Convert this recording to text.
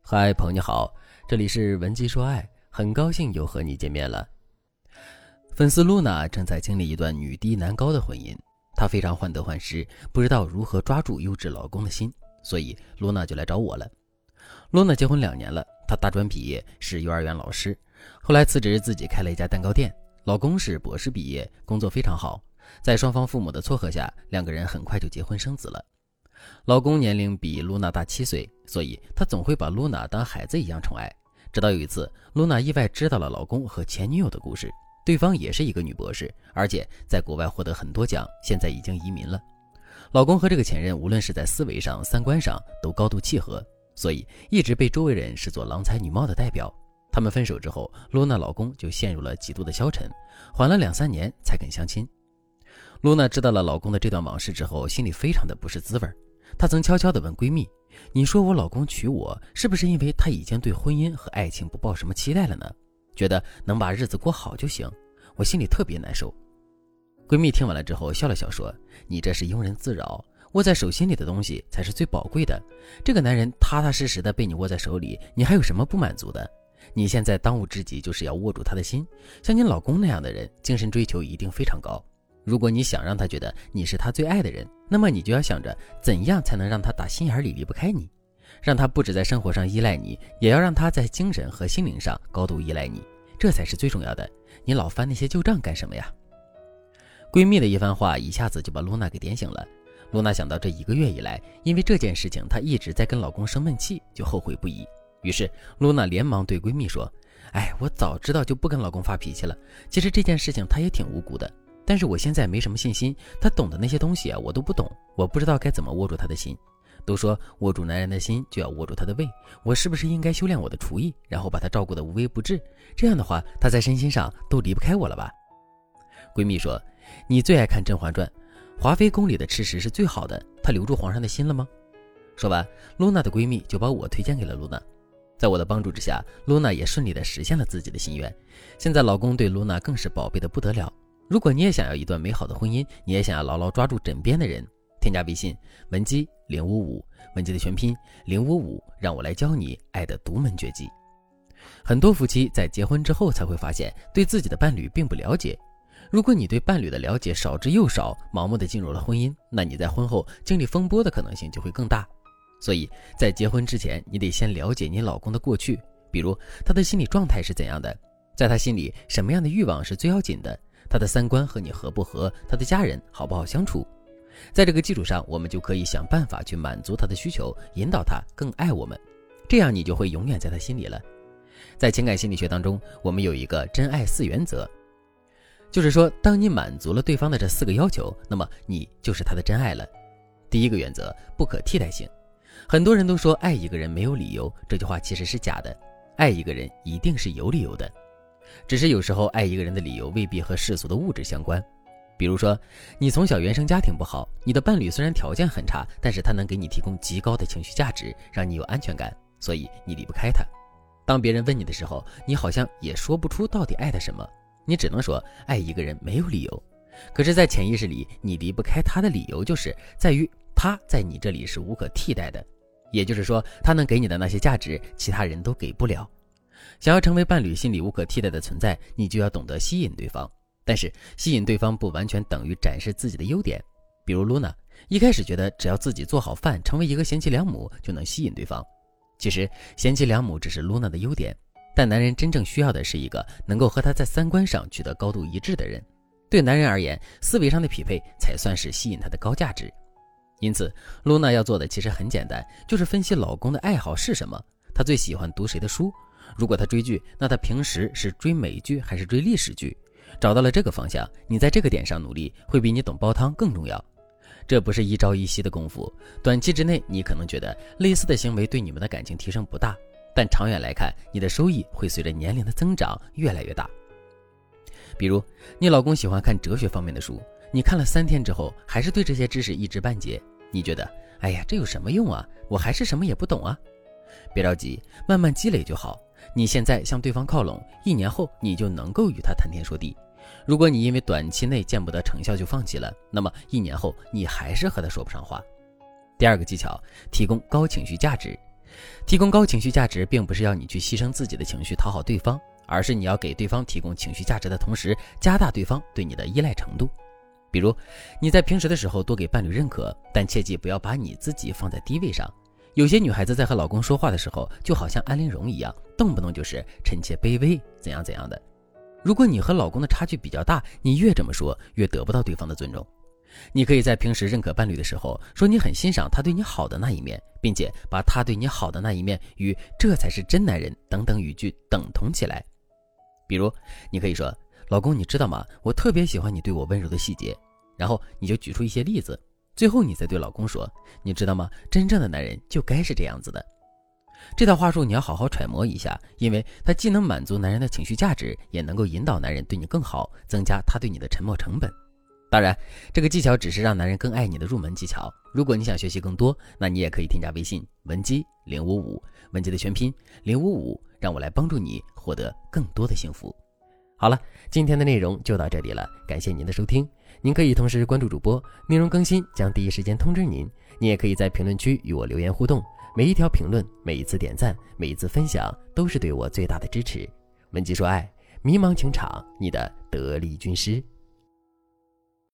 嗨，朋友你好，这里是文姬说爱，很高兴又和你见面了。粉丝露娜正在经历一段女低男高的婚姻，她非常患得患失，不知道如何抓住优质老公的心，所以露娜就来找我了。露娜结婚2年了，她大专毕业，是幼儿园老师，后来辞职自己开了一家蛋糕店，老公是博士毕业，工作非常好，在双方父母的撮合下，2个人很快就结婚生子了。老公年龄比露娜大7岁，所以他总会把露娜当孩子一样宠爱。直到有一次，露娜意外知道了老公和前女友的故事，对方也是一个女博士，而且在国外获得很多奖，现在已经移民了。老公和这个前任无论是在思维上、三观上都高度契合，所以一直被周围人视作郎才女貌的代表。他们分手之后，露娜老公就陷入了极度的消沉，缓了2-3年才肯相亲。露娜知道了老公的这段往事之后，心里非常的不是滋味。她曾悄悄地问闺蜜，你说我老公娶我是不是因为他已经对婚姻和爱情不抱什么期待了呢？觉得能把日子过好就行，我心里特别难受。闺蜜听完了之后笑了笑说，你这是庸人自扰，握在手心里的东西才是最宝贵的，这个男人踏踏实实的被你握在手里，你还有什么不满足的？你现在当务之急就是要握住他的心，像你老公那样的人精神追求一定非常高，如果你想让他觉得你是他最爱的人，那么你就要想着怎样才能让他打心眼里离不开你，让他不止在生活上依赖你，也要让他在精神和心灵上高度依赖你，这才是最重要的。你老翻那些旧账干什么呀？闺蜜的一番话一下子就把露娜给点醒了。露娜想到这1个月以来，因为这件事情她一直在跟老公生闷气，就后悔不已。于是露娜连忙对闺蜜说，我早知道就不跟老公发脾气了，其实这件事情她也挺无辜的，但是我现在没什么信心，他懂的那些东西我都不懂，我不知道该怎么握住他的心。都说握住男人的心就要握住他的胃，我是不是应该修炼我的厨艺，然后把他照顾得无微不至，这样的话他在身心上都离不开我了吧？闺蜜说，你最爱看《甄嬛传》，华妃宫里的吃食是最好的，她留住皇上的心了吗？说完，露娜的闺蜜就把我推荐给了露娜。在我的帮助之下，露娜也顺利地实现了自己的心愿，现在老公对露娜更是宝贝得不得了。如果你也想要一段美好的婚姻，你也想要牢牢抓住枕边的人，添加微信文姬055，文姬的全拼055，让我来教你爱的独门绝技。很多夫妻在结婚之后才会发现对自己的伴侣并不了解，如果你对伴侣的了解少之又少，盲目的进入了婚姻，那你在婚后经历风波的可能性就会更大。所以在结婚之前，你得先了解你老公的过去，比如他的心理状态是怎样的，在他心里什么样的欲望是最要紧的，他的三观和你合不合，他的家人好不好相处。在这个基础上，我们就可以想办法去满足他的需求，引导他更爱我们，这样你就会永远在他心里了。在情感心理学当中，我们有一个真爱4原则，就是说当你满足了对方的这4个要求，那么你就是他的真爱了。第1个原则，不可替代性。很多人都说爱一个人没有理由，这句话其实是假的，爱一个人一定是有理由的，只是有时候爱一个人的理由未必和世俗的物质相关。比如说你从小原生家庭不好，你的伴侣虽然条件很差，但是他能给你提供极高的情绪价值，让你有安全感，所以你离不开他。当别人问你的时候，你好像也说不出到底爱他什么，你只能说爱一个人没有理由。可是在潜意识里，你离不开他的理由就是在于他在你这里是无可替代的，也就是说他能给你的那些价值其他人都给不了。想要成为伴侣心里无可替代的存在，你就要懂得吸引对方，但是吸引对方不完全等于展示自己的优点。比如露娜一开始觉得只要自己做好饭，成为一个贤妻良母就能吸引对方，其实贤妻良母只是露娜的优点，但男人真正需要的是一个能够和他在三观上取得高度一致的人。对男人而言，思维上的匹配才算是吸引他的高价值。因此露娜要做的其实很简单，就是分析老公的爱好是什么，他最喜欢读谁的书，如果他追剧，那他平时是追美剧还是追历史剧，找到了这个方向，你在这个点上努力会比你懂煲汤更重要。这不是一朝一夕的功夫，短期之内你可能觉得类似的行为对你们的感情提升不大，但长远来看，你的收益会随着年龄的增长越来越大。比如你老公喜欢看哲学方面的书，你看了3天之后还是对这些知识一知半解，你觉得这有什么用啊，我还是什么也不懂啊。别着急，慢慢积累就好。你现在向对方靠拢，1年后你就能够与他谈天说地。如果你因为短期内见不得成效就放弃了，那么1年后你还是和他说不上话。第2个技巧，提供高情绪价值。 提供高情绪价值并不是要你去牺牲自己的情绪讨好对方，而是你要给对方提供情绪价值的同时，加大对方对你的依赖程度。比如你在平时的时候多给伴侣认可，但切记不要把你自己放在低位上。有些女孩子在和老公说话的时候就好像安陵容一样，动不动就是臣妾卑微怎样怎样的。如果你和老公的差距比较大，你越这么说越得不到对方的尊重。你可以在平时认可伴侣的时候说你很欣赏他对你好的那一面，并且把他对你好的那一面与这才是真男人等等语句等同起来。比如你可以说，老公你知道吗，我特别喜欢你对我温柔的细节，然后你就举出一些例子，最后你再对老公说，你知道吗，真正的男人就该是这样子的。这套话术你要好好揣摩一下，因为它既能满足男人的情绪价值，也能够引导男人对你更好，增加他对你的沉默成本。当然，这个技巧只是让男人更爱你的入门技巧。如果你想学习更多，那你也可以添加微信文姬055，文姬的全拼055，让我来帮助你获得更多的幸福。好了，今天的内容就到这里了，感谢您的收听。您可以同时关注主播，内容更新将第一时间通知您。你也可以在评论区与我留言互动，每一条评论，每一次点赞，每一次分享，都是对我最大的支持。文姬说爱，迷茫情场，你的得力军师。